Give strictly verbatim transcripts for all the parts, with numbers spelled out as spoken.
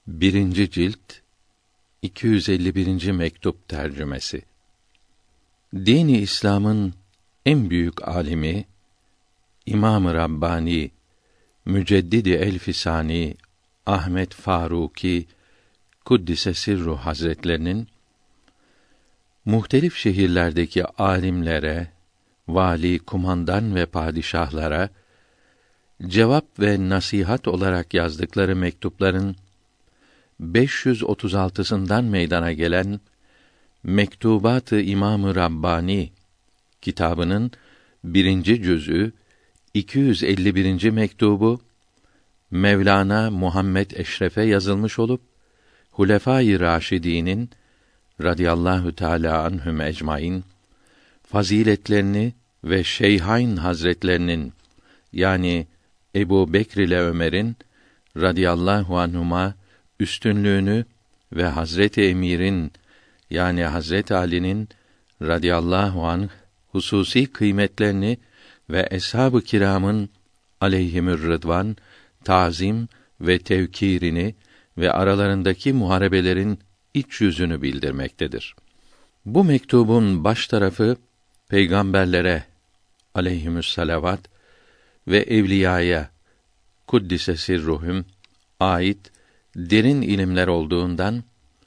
Birinci cilt iki yüz elli birinci mektup tercümesi. Dini İslam'ın en büyük alimi İmam-ı Rabbani Müceddidi Elfisani Ahmet Faruki Kuddise Sirruh Hazretlerinin muhtelif şehirlerdeki alimlere, vali, kumandan ve padişahlara cevap ve nasihat olarak yazdıkları mektupların beş yüz otuz altısından meydana gelen Mektubat-ı İmam-ı Rabbani kitabının birinci cüz'ü iki yüz elli birinci mektubu Mevlana Muhammed Eşref'e yazılmış olup Hulefâ-i Râşidî'nin radıyallahu teâlâ anhum ecmaîn faziletlerini ve Şeyhain Hazretlerinin yani Ebu Bekr ile Ömer'in radıyallahu anhuma üstünlüğünü ve Hazreti Emir'in yani Hazreti Ali'nin radıyallahu anh hususi kıymetlerini ve eshab-ı kiramın aleyhimür rıdvan tazim ve tevkirini ve aralarındaki muharebelerin iç yüzünü bildirmektedir. Bu mektubun baş tarafı peygamberlere aleyhimüsselavat ve evliyaya kuddise sirruhum ait derin ilimler olduğundan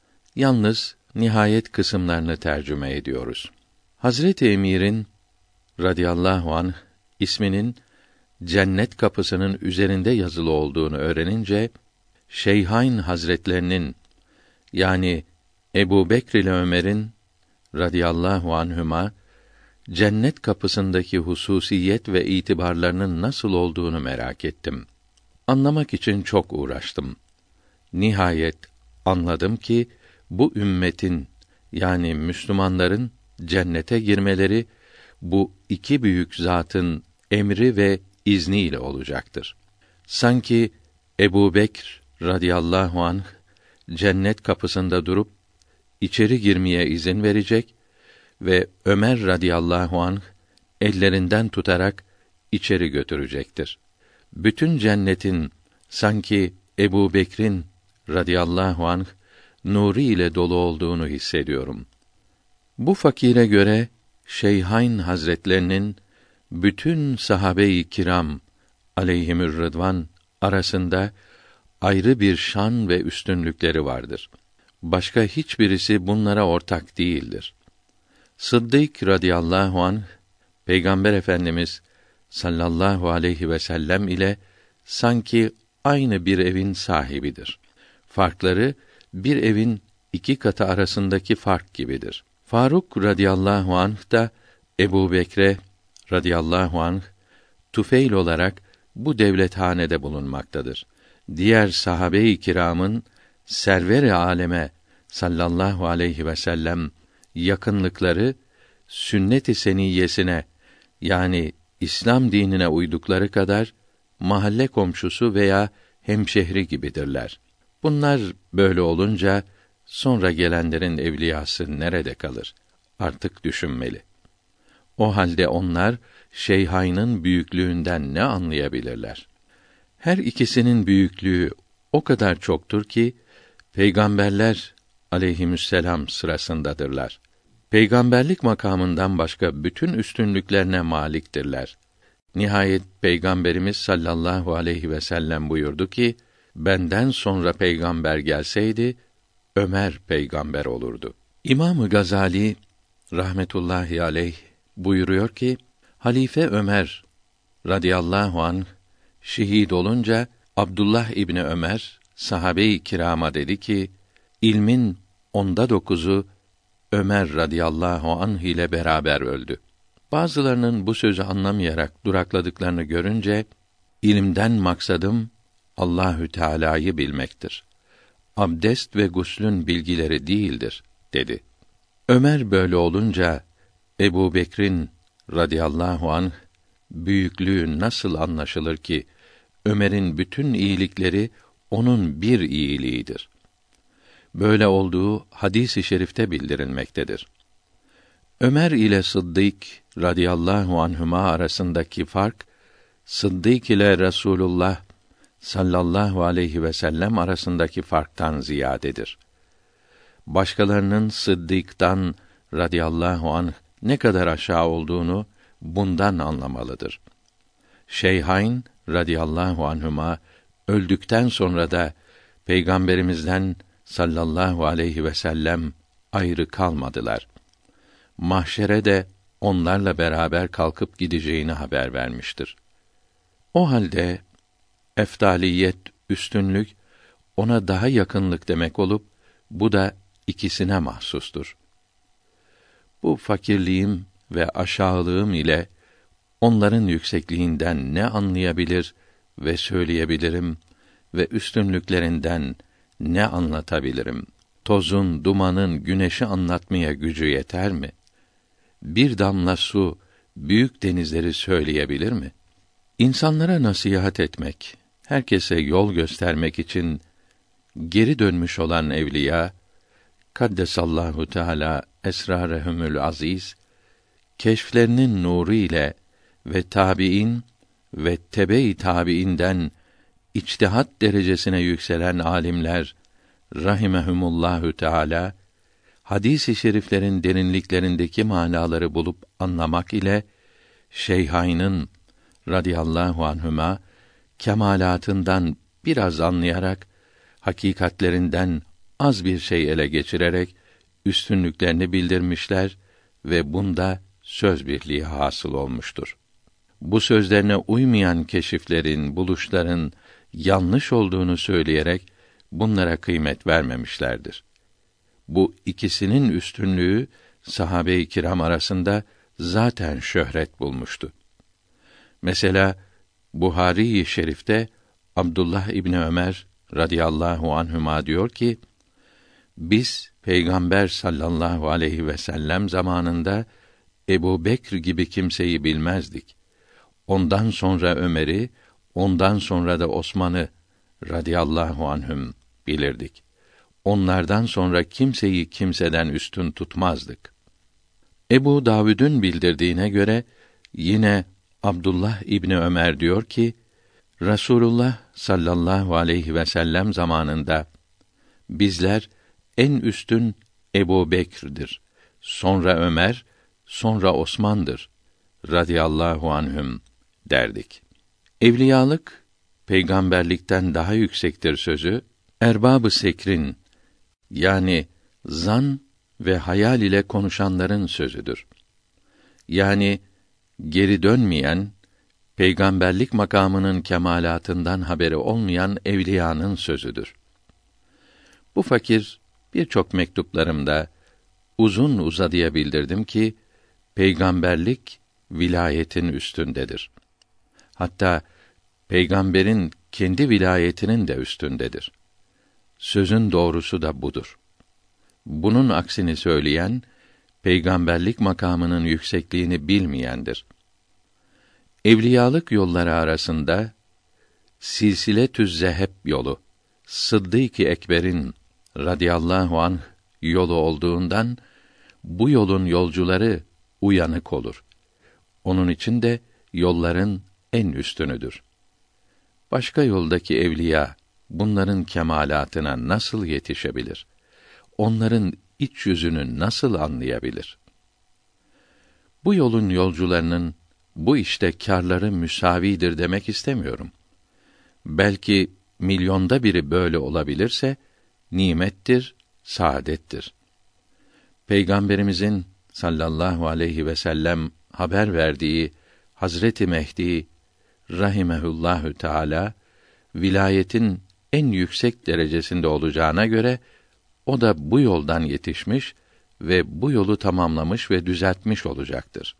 yalnız nihayet kısımlarını tercüme ediyoruz. Hazreti Emir'in radıyallahu anh isminin cennet kapısının üzerinde yazılı olduğunu öğrenince Şeyhain Hazretlerinin yani Ebu Bekr ile Ömer'in radıyallahu anhuma cennet kapısındaki hususiyet ve itibarlarının nasıl olduğunu merak ettim. Anlamak için çok uğraştım. Nihayet anladım ki bu ümmetin yani Müslümanların cennete girmeleri bu iki büyük zatın emri ve izniyle olacaktır. Sanki Ebu Bekr radıyallahu anh cennet kapısında durup içeri girmeye izin verecek ve Ömer radıyallahu anh ellerinden tutarak içeri götürecektir. Bütün cennetin sanki Ebu Bekr'in radıyallahu anh nuru ile dolu olduğunu hissediyorum. Bu fakire göre Şeyhain Hazretlerinin bütün sahabe-i kiram aleyhimür rıdvan arasında ayrı bir şan ve üstünlükleri vardır. Başka hiçbirisi bunlara ortak değildir. Sıddık radıyallahu anh Peygamber Efendimiz sallallahu aleyhi ve sellem ile sanki aynı bir evin sahibidir. Farkları bir evin iki katı arasındaki fark gibidir. Faruk radıyallahu anh da Ebu Bekre radıyallahu anh tufeyl olarak bu devlethanede bulunmaktadır. Diğer sahabe-i kiramın server-i aleme sallallahu aleyhi ve sellem yakınlıkları sünnet-i seniyyesine yani İslam dinine uydukları kadar mahalle komşusu veya hemşehri gibidirler. Bunlar böyle olunca sonra gelenlerin evliyası nerede kalır? Artık düşünmeli. O halde onlar Şeyhayn'ın büyüklüğünden ne anlayabilirler? Her ikisinin büyüklüğü o kadar çoktur ki peygamberler aleyhimüsselam sırasındadırlar. Peygamberlik makamından başka bütün üstünlüklerine maliktirler. Nihayet Peygamberimiz sallallahu aleyhi ve sellem buyurdu ki, benden sonra peygamber gelseydi, Ömer peygamber olurdu. İmam-ı Gazali rahmetullahi aleyh buyuruyor ki, Halife Ömer radıyallahu anh şehit olunca Abdullah İbni Ömer sahabe-i kirama dedi ki, ilmin onda dokuzu Ömer radıyallahu anh ile beraber öldü. Bazılarının bu sözü anlamayarak durakladıklarını görünce, ilimden maksadım Allahü Teala'yı bilmektir. Abdest ve guslün bilgileri değildir dedi. Ömer böyle olunca Ebu Bekr'in radıyallahu anh büyüklüğü nasıl anlaşılır ki Ömer'in bütün iyilikleri onun bir iyiliğidir. Böyle olduğu hadis-i şerifte bildirilmektedir. Ömer ile Sıddık radıyallahu anhuma arasındaki fark, Sıddık ile Resulullah sallallahu aleyhi ve sellem arasındaki farktan ziyadedir. Başkalarının Sıddık'tan radıyallahu anh ne kadar aşağı olduğunu bundan anlamalıdır. Şeyhayn radıyallahu anhuma öldükten sonra da Peygamberimizden sallallahu aleyhi ve sellem ayrı kalmadılar. Mahşere de onlarla beraber kalkıp gideceğini haber vermiştir. O halde efdaliyet, üstünlük ona daha yakınlık demek olup bu da ikisine mahsustur. Bu fakirliğim ve aşağılığım ile onların yüksekliğinden ne anlayabilir ve söyleyebilirim ve üstünlüklerinden ne anlatabilirim? Tozun, dumanın, güneşi anlatmaya gücü yeter mi? Bir damla su büyük denizleri söyleyebilir mi? İnsanlara nasihat etmek, herkese yol göstermek için geri dönmüş olan evliya, kaddesallahu teâlâ esrarehumul aziz, keşflerinin nuru ile ve tabiin ve tebe-i tabiinden içtihat derecesine yükselen alimler rahimehumullahü teâlâ, hadis-i şeriflerin derinliklerindeki manaları bulup anlamak ile Şeyhayn'ın radıyallahu anhuma kemalatından biraz anlayarak hakikatlerinden az bir şey ele geçirerek üstünlüklerini bildirmişler ve bunda söz birliği hasıl olmuştur. Bu sözlerine uymayan keşiflerin, buluşların yanlış olduğunu söyleyerek bunlara kıymet vermemişlerdir. Bu ikisinin üstünlüğü sahabe-i kiram arasında zaten şöhret bulmuştu. Mesela Buhari-i Şerif'te Abdullah İbni Ömer radıyallahu anhuma diyor ki, biz Peygamber sallallahu aleyhi ve sellem zamanında Ebu Bekr gibi kimseyi bilmezdik. Ondan sonra Ömer'i, ondan sonra da Osman'ı radıyallahu anhüm bilirdik. Onlardan sonra kimseyi kimseden üstün tutmazdık. Ebu Davud'un bildirdiğine göre yine Abdullah İbni Ömer diyor ki, Rasulullah sallallahu aleyhi ve sellem zamanında bizler en üstün Ebu Bekr'dir. Sonra Ömer, sonra Osman'dır radıyallahu anhüm derdik. Evliyalık peygamberlikten daha yüksektir sözü erbab-ı sekrin yani zan ve hayal ile konuşanların sözüdür. Yani geri dönmeyen, peygamberlik makamının kemalatından haberi olmayan evliyanın sözüdür. Bu fakir birçok mektuplarımda uzun uzadıya bildirdim ki peygamberlik vilayetin üstündedir. Hatta peygamberin kendi vilayetinin de üstündedir. Sözün doğrusu da budur. Bunun aksini söyleyen peygamberlik makamının yüksekliğini bilmeyendir. Evliyalık yolları arasında silsiletüz zeheb yolu Sıddık-ı Ekber'in radıyallahu anh yolu olduğundan bu yolun yolcuları uyanık olur. Onun için de yolların en üstünüdür. Başka yoldaki evliya bunların kemalatına nasıl yetişebilir? Onların iç yüzünü nasıl anlayabilir? Bu yolun yolcularının bu işte kârları müsavidir demek istemiyorum. Belki milyonda biri böyle olabilirse nimettir, saadettir. Peygamberimizin sallallahu aleyhi ve sellem haber verdiği Hazreti Mehdi rahimehullahü teâlâ vilayetin en yüksek derecesinde olacağına göre o da bu yoldan yetişmiş ve bu yolu tamamlamış ve düzeltmiş olacaktır.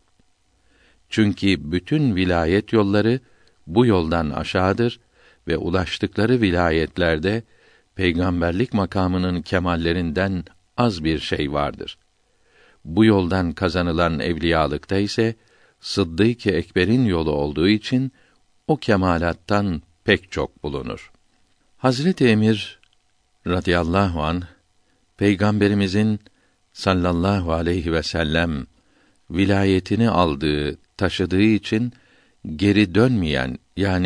Çünkü bütün vilayet yolları bu yoldan aşağıdır ve ulaştıkları vilayetlerde peygamberlik makamının kemallerinden az bir şey vardır. Bu yoldan kazanılan evliyalıkta ise Sıddık-ı Ekber'in yolu olduğu için o kemalattan pek çok bulunur. Hazreti Emir radıyallahu anh Peygamberimizin sallallahu aleyhi ve sellem vilayetini aldığı, taşıdığı için geri dönmeyen yani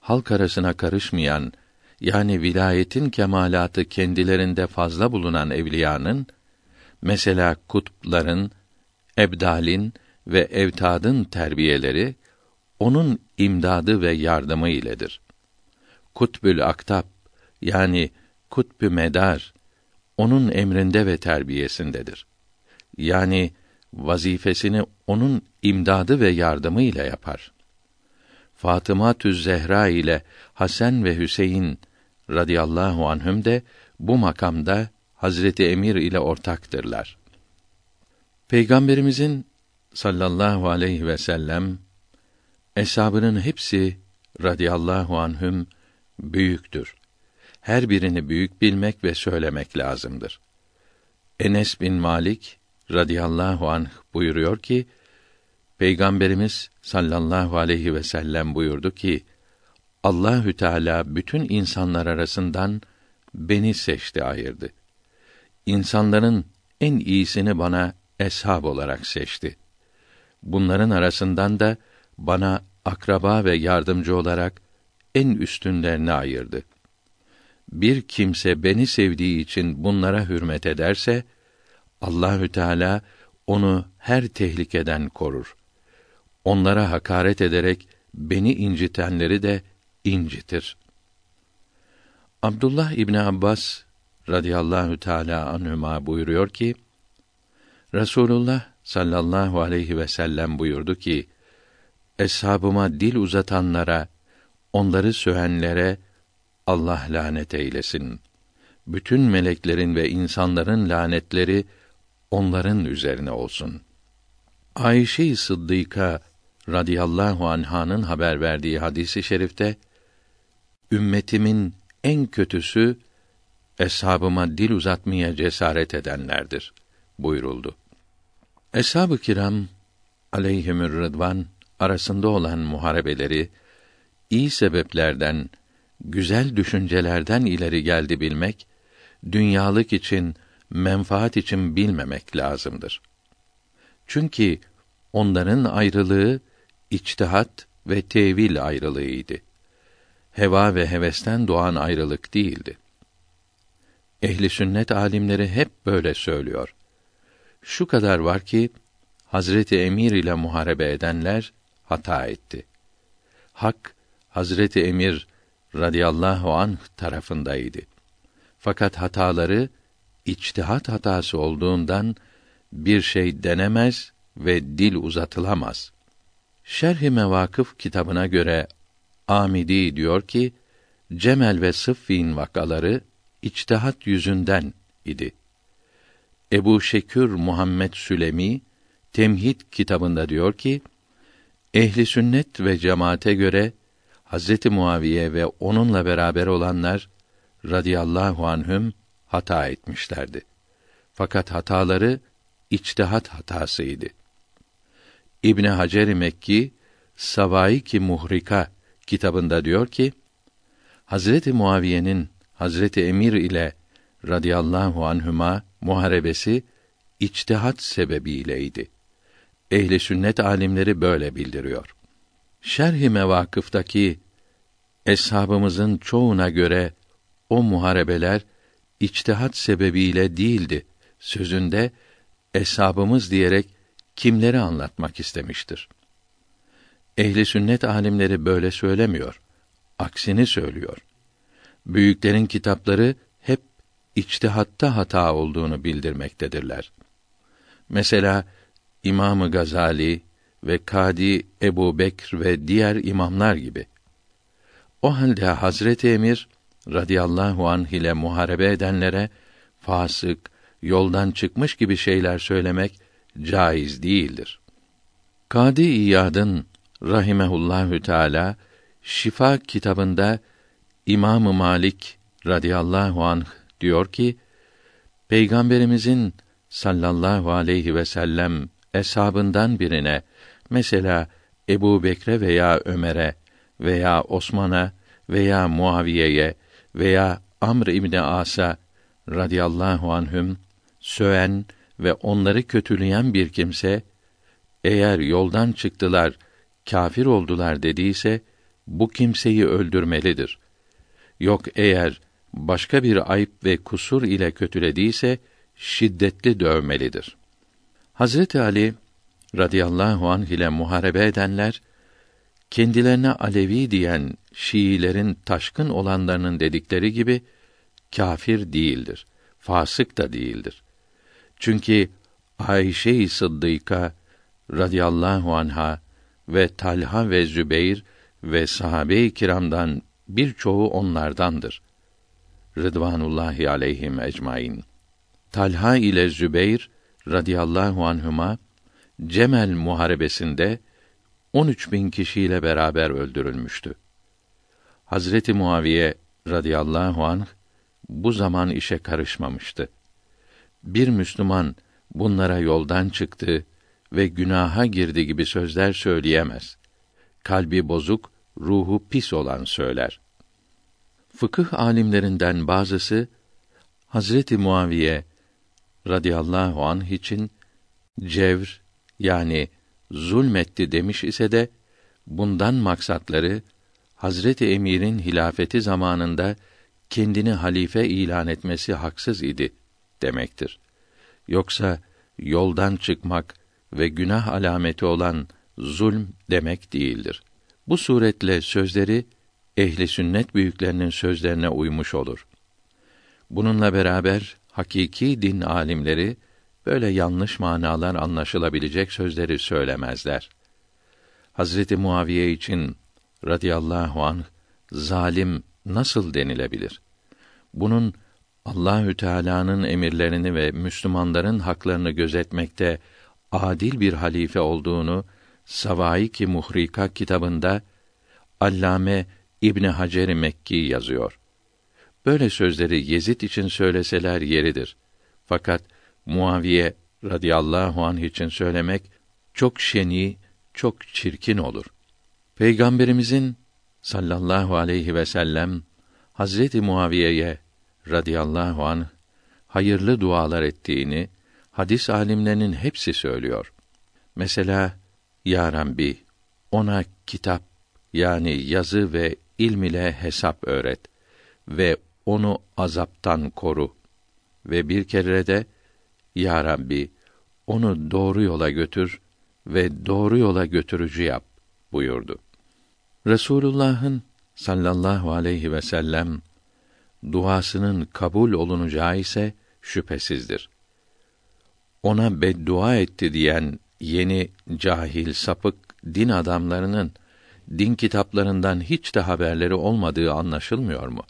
halk arasına karışmayan, yani vilayetin kemalatı kendilerinde fazla bulunan evliyanın, mesela kutupların, ebdalin ve evtadın terbiyeleri, onun imdadı ve yardımı iledir. Kutbül aktab, yani kutbü medar, onun emrinde ve terbiyesindedir. Yani vazifesini onun imdadı ve yardımı ile yapar. Fatıma-tüz Zehra ile Hasan ve Hüseyin radıyallahu anhüm de bu makamda Hazreti Emir ile ortaktırlar. Peygamberimizin sallallahu aleyhi ve sellem eshabının hepsi radıyallahu anhüm büyüktür. Her birini büyük bilmek ve söylemek lazımdır. Enes bin Malik radıyallahu anh buyuruyor ki, Peygamberimiz sallallahu aleyhi ve sellem buyurdu ki, Allahü Teala bütün insanlar arasından beni seçti, ayırdı. İnsanların en iyisini bana eshab olarak seçti. Bunların arasından da bana akraba ve yardımcı olarak en üstünlerini ayırdı. Bir kimse beni sevdiği için bunlara hürmet ederse, Allahü Teala onu her tehlikeden korur. Onlara hakaret ederek beni incitenleri de incitir. Abdullah İbni Abbas radıyallahu teâlâ anhüma buyuruyor ki, Resulullah sallallahu aleyhi ve sellem buyurdu ki, eshabıma dil uzatanlara, onları sövenlere Allah lanet eylesin. Bütün meleklerin ve insanların lanetleri onların üzerine olsun. Ayşe-i Sıddıka radıyallahu anha'nın haber verdiği hadisi şerifte, ümmetimin en kötüsü eshabıma dil uzatmaya cesaret edenlerdir buyuruldu. Eshab-ı kiram aleyhimür rıdvan arasında olan muharebeleri iyi sebeplerden, güzel düşüncelerden ileri geldi bilmek, dünyalık için, menfaat için bilmemek lazımdır. Çünkü onların ayrılığı içtihat ve tevil ayrılığıydı. Heva ve hevesten doğan ayrılık değildi. Ehli sünnet alimleri hep böyle söylüyor. Şu kadar var ki Hazreti Emir ile muharebe edenler hata etti. Hak Hazreti Emir radıyallahu anh tarafındaydı. Fakat hataları içtihat hatası olduğundan bir şey denemez ve dil uzatılamaz. Şerh-i Mevakıf kitabına göre Amidi diyor ki, Cemel ve Sıffin vakaları içtihat yüzünden idi. Ebu Şekür Muhammed Sülemi Temhid kitabında diyor ki, ehli sünnet ve cemaate göre Hazreti Muaviye ve onunla beraber olanlar radıyallahu anhüm hata etmişlerdi. Fakat hataları içtihat hatasıydı. İbn Hacer Mekki Savaik-i Muhrika kitabında diyor ki, Hazreti Muaviye'nin Hazreti Emir ile radıyallahu anhüma muharebesi içtihat sebebiyleydi. Ehli sünnet alimleri böyle bildiriyor. Şerh-i Mevakıf'taki eshabımızın çoğuna göre o muharebeler içtihat sebebiyle değildi sözünde eshabımız diyerek kimleri anlatmak istemiştir. Ehli sünnet alimleri böyle söylemiyor. Aksini söylüyor. Büyüklerin kitapları hep içtihatta hata olduğunu bildirmektedirler. Mesela İmam-ı Gazali ve Kadi Ebu Bekr ve diğer imamlar gibi. O halde Hazreti Emir radıyallahu anh ile muharebe edenlere fasık, yoldan çıkmış gibi şeyler söylemek caiz değildir. Kadi İyad'ın rahimehullahü teâlâ Şifa kitabında İmam-ı Malik radıyallahu anh diyor ki, Peygamberimizin sallallahu aleyhi ve sellem eshabından birine, mesela Ebu Bekre veya Ömer'e veya Osman'a veya Muaviye'ye veya Amr İbni As'a radıyallahu anhüm söven ve onları kötüleyen bir kimse, eğer yoldan çıktılar, kâfir oldular dediyse, bu kimseyi öldürmelidir. Yok eğer başka bir ayıp ve kusur ile kötülediyse şiddetli dövmelidir. Hazreti Ali radıyallahu anh ile muharebe edenler, kendilerine Alevi diyen Şiilerin taşkın olanlarının dedikleri gibi kâfir değildir, fasık da değildir. Çünkü Ayşe-i Sıddıka radıyallahu anha ve Talha ve Zübeyr ve sahabe-i kiramdan birçoğu onlardandır. Rıdvanullahi aleyhim ecmaîn. Talha ile Zübeyr radıyallahu anhuma Cemel muharebesinde on üç bin kişiyle beraber öldürülmüştü. Hazreti Muaviye radıyallahu anh bu zaman işe karışmamıştı. Bir Müslüman bunlara yoldan çıktı ve günaha girdi gibi sözler söyleyemez. Kalbi bozuk, ruhu pis olan söyler. Fıkıh alimlerinden bazısı Hazreti Muaviye radıyallahu anh için cevr yani zulmetti demiş ise de bundan maksatları Hazreti Emir'in hilafeti zamanında kendini halife ilan etmesi haksız idi demektir. Yoksa yoldan çıkmak ve günah alameti olan zulm demek değildir. Bu suretle sözleri ehli sünnet büyüklerinin sözlerine uymuş olur. Bununla beraber hakiki din alimleri böyle yanlış manalar anlaşılabilecek sözleri söylemezler. Hazreti Muaviye için radıyallahu anh zalim nasıl denilebilir? Bunun Allahü Teala'nın emirlerini ve Müslümanların haklarını gözetmekte adil bir halife olduğunu Savaik-i Muhrika kitabında Allame İbn Hacer Mekki yazıyor. Böyle sözleri Yezid için söyleseler yeridir. Fakat Muaviye radıyallahu anh için söylemek çok şeni, çok çirkin olur. Peygamberimizin sallallahu aleyhi ve sellem Hazreti Muaviye'ye radıyallahu anh hayırlı dualar ettiğini hadis alimlerinin hepsi söylüyor. Mesela Ya Rabbi ona kitap yani yazı ve ilm ile hesap öğret ve onu azaptan koru ve bir kere de Ya Rabbi onu doğru yola götür ve doğru yola götürücü yap buyurdu. Resulullah'ın sallallahu aleyhi ve sellem duasının kabul olunacağı ise şüphesizdir. Ona beddua etti diyen yeni cahil sapık din adamlarının din kitaplarından hiç de haberleri olmadığı anlaşılmıyor mu?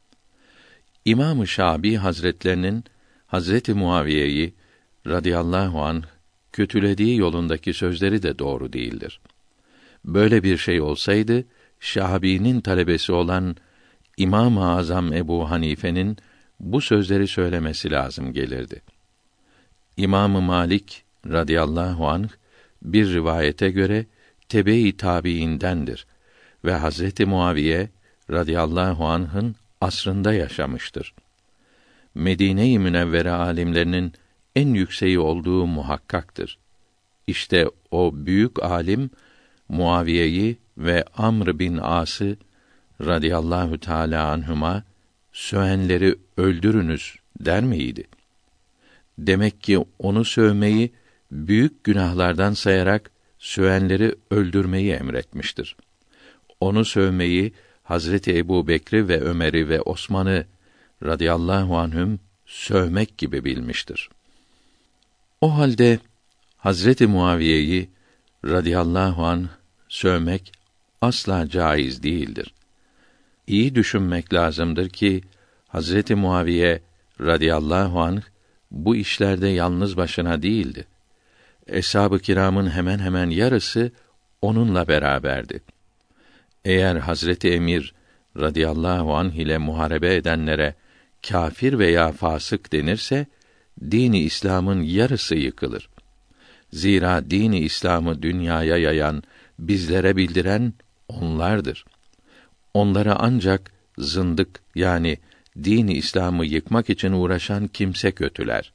İmam-ı Şabi Hazretlerinin Hazreti Muaviye'yi radıyallahu anh kötülediği yolundaki sözleri de doğru değildir. Böyle bir şey olsaydı Şabi'nin talebesi olan İmam-ı Azam Ebu Hanife'nin bu sözleri söylemesi lazım gelirdi. İmam-ı Malik radıyallahu anh bir rivayete göre tebe-i tabiindendir ve Hazreti Muaviye radıyallahu anh'ın asrında yaşamıştır. Medine-i Münevvere alimlerinin en yükseği olduğu muhakkaktır. İşte o büyük alim Muaviye'yi ve Amr bin As'ı radıyallahu teâlâ anhuma sövenleri öldürünüz der miydi? Demek ki onu sövmeyi büyük günahlardan sayarak sövenleri öldürmeyi emretmiştir. Onu sövmeyi Hazreti Ebu Bekri ve Ömer'i ve Osman'ı radıyallahu anhüm sövmek gibi bilmiştir. O halde Hazreti Muaviye'yi radıyallahu anh sövmek asla caiz değildir. İyi düşünmek lazımdır ki Hazreti Muaviye radıyallahu anh bu işlerde yalnız başına değildi. Eshab-ı kiramın hemen hemen yarısı onunla beraberdi. Eğer Hazreti Emir radıyallahu anh ile muharebe edenlere kâfir veya fasık denirse dini İslam'ın yarısı yıkılır. Zira dini İslam'ı dünyaya yayan, bizlere bildiren onlardır. Onları ancak zındık yani dini İslam'ı yıkmak için uğraşan kimse kötüler.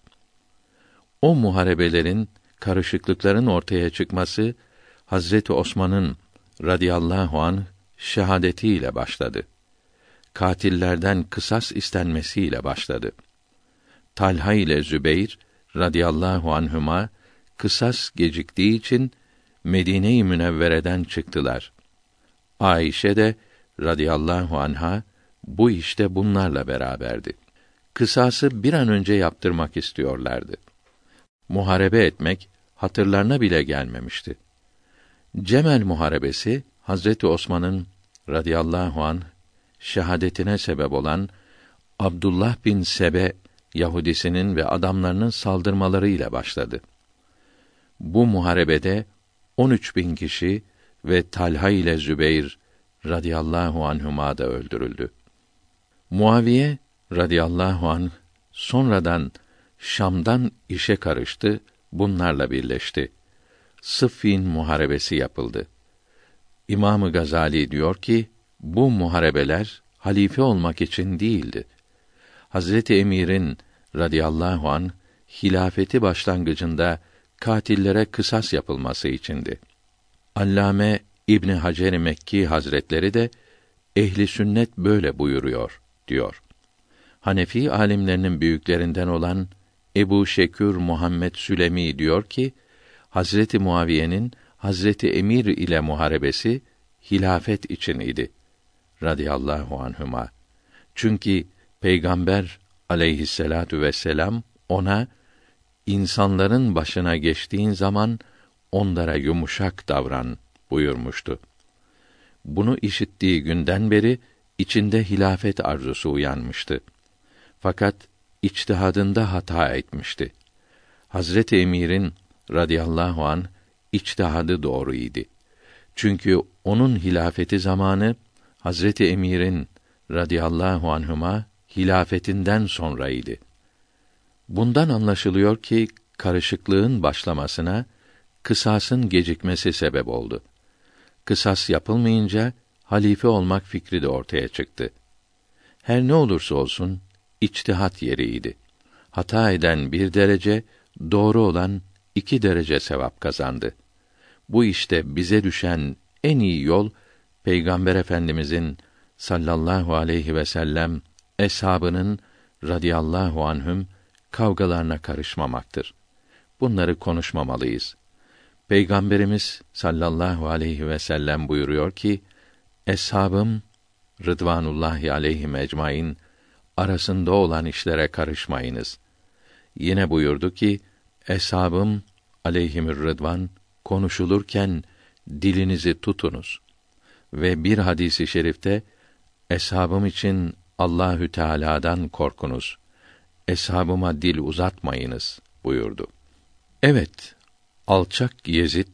O muharebelerin, karışıklıkların ortaya çıkması Hazreti Osman'ın radıyallahu anh şehadetiyle başladı. Katillerden kısas istenmesiyle başladı. Talha ile Zübeyr radıyallahu anhuma kısas geciktiği için Medine-i Münevvere'den çıktılar. Ayşe de radıyallahu anha bu işte bunlarla beraberdi. Kısası bir an önce yaptırmak istiyorlardı. Muharebe etmek hatırlarına bile gelmemişti. Cemel muharebesi Hazreti Osman'ın radıyallahu anh şehadetine sebep olan Abdullah bin Sebe Yahudisinin ve adamlarının saldırmalarıyla başladı. Bu muharebede on üç bin kişi ve Talha ile Zübeyr radıyallahu anhuma da öldürüldü. Muaviye radıyallahu anh sonradan Şam'dan işe karıştı, bunlarla birleşti. Sıffin muharebesi yapıldı. İmam-ı Gazali diyor ki, bu muharebeler halife olmak için değildi. Hazreti Emir'in radıyallahu anh hilafeti başlangıcında katillere kısas yapılması içindi. Allame İbn Hacer Mekki Hazretleri de ehli sünnet böyle buyuruyor diyor. Hanefi alimlerinin büyüklerinden olan Ebu Şekür Muhammed Sülemi diyor ki, Hazreti Muaviye'nin Hazreti Emir ile muharebesi hilafet için idi radıyallahu anhuma. Çünkü Peygamber aleyhisselatu vesselam ona insanların başına geçtiğin zaman onlara yumuşak davran buyurmuştu. Bunu işittiği günden beri içinde hilafet arzusu uyanmıştı. Fakat içtihadında hata etmişti. Hazreti Emir'in radıyallahu an içtihadı doğruydu. Çünkü onun hilafeti zamanı Hazreti Emir'in radıyallahu anhuma hilafetinden sonraydı. Bundan anlaşılıyor ki karışıklığın başlamasına kısasın gecikmesi sebep oldu. Kısas yapılmayınca halife olmak fikri de ortaya çıktı. Her ne olursa olsun içtihat yeriydi. Hata eden bir derece, doğru olan iki derece sevap kazandı. Bu işte bize düşen en iyi yol Peygamber Efendimizin sallallahu aleyhi ve sellem eshabının radıyallahu anhüm kavgalarına karışmamaktır. Bunları konuşmamalıyız. Peygamberimiz sallallahu aleyhi ve sellem buyuruyor ki, eshabım rıdvanullahi aleyhim ecmaîn arasında olan işlere karışmayınız. Yine buyurdu ki, eshabım aleyhimür rıdvan konuşulurken dilinizi tutunuz. Ve bir hadisi şerifte eshabım için Allahü Teala'dan korkunuz. Eshabıma dil uzatmayınız buyurdu. Evet, alçak Yezid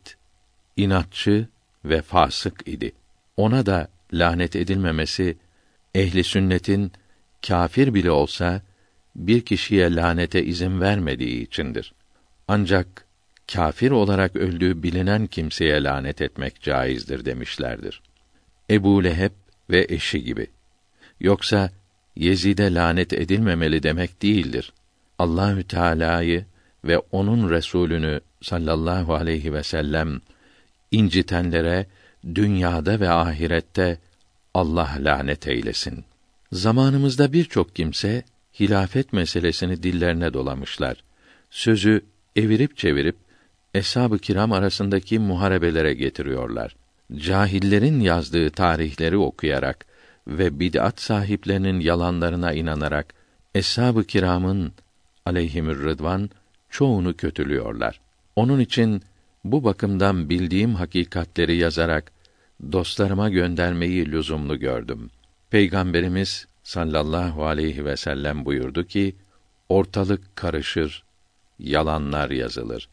inatçı ve fasık idi. Ona da lanet edilmemesi ehli sünnetin kâfir bile olsa bir kişiye lanete izin vermediği içindir. Ancak kâfir olarak öldüğü bilinen kimseye lanet etmek caizdir demişlerdir. Ebu Leheb ve eşi gibi. Yoksa Yezid'e lanet edilmemeli demek değildir. Allahü Teala'yı ve onun Resulünü sallallahu aleyhi ve sellem incitenlere dünyada ve ahirette Allah lanet eylesin. Zamanımızda birçok kimse hilafet meselesini dillerine dolamışlar. Sözü evirip çevirip eshab-ı kiram arasındaki muharebelere getiriyorlar. Cahillerin yazdığı tarihleri okuyarak ve bid'at sahiplerinin yalanlarına inanarak eshab-ı kiramın aleyhimür rıdvan çoğunu kötülüyorlar. Onun için bu bakımdan bildiğim hakikatleri yazarak dostlarıma göndermeyi lüzumlu gördüm. Peygamberimiz sallallahu aleyhi ve sellem buyurdu ki, ortalık karışır, yalanlar yazılır.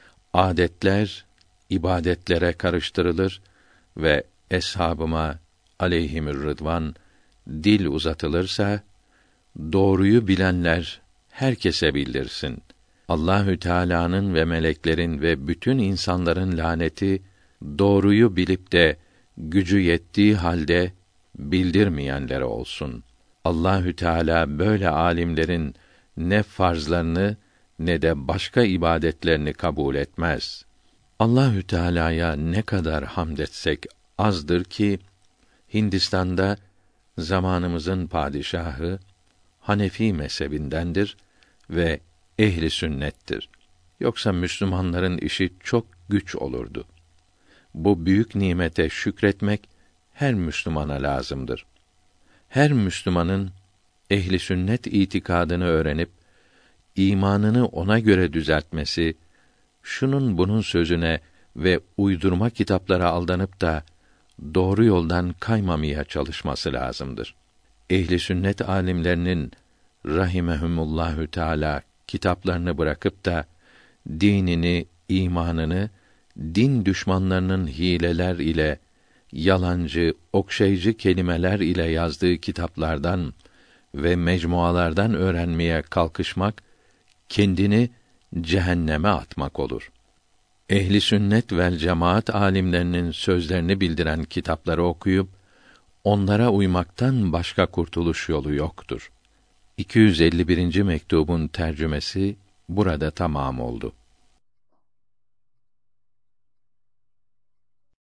Adetler ibadetlere karıştırılır ve eshabıma aleyhimür rıdvan dil uzatılırsa doğruyu bilenler herkese bildirsin. Allahü Teala'nın ve meleklerin ve bütün insanların laneti doğruyu bilip de gücü yettiği halde bildirmeyenlere olsun. Allahü Teala böyle alimlerin ne farzlarını ne de başka ibadetlerini kabul etmez. Allahü Teala'ya ne kadar hamd etsek azdır ki Hindistan'da zamanımızın padişahı Hanefi mezhebindendir ve ehli sünnettir. Yoksa Müslümanların işi çok güç olurdu. Bu büyük nimete şükretmek her Müslümana lazımdır. Her Müslümanın ehli sünnet itikadını öğrenip imanını ona göre düzeltmesi, şunun bunun sözüne ve uydurma kitaplara aldanıp da doğru yoldan kaymamaya çalışması lazımdır. Ehli sünnet alimlerinin rahimehumullahü teala kitaplarını bırakıp da dinini, imanını din düşmanlarının hileler ile, yalancı, okşayıcı kelimeler ile yazdığı kitaplardan ve mecmualardan öğrenmeye kalkışmak, kendini cehenneme atmak olur. Ehli sünnet vel cemaat alimlerinin sözlerini bildiren kitapları okuyup, onlara uymaktan başka kurtuluş yolu yoktur. iki yüz elli birinci mektubun tercümesi burada tamam oldu.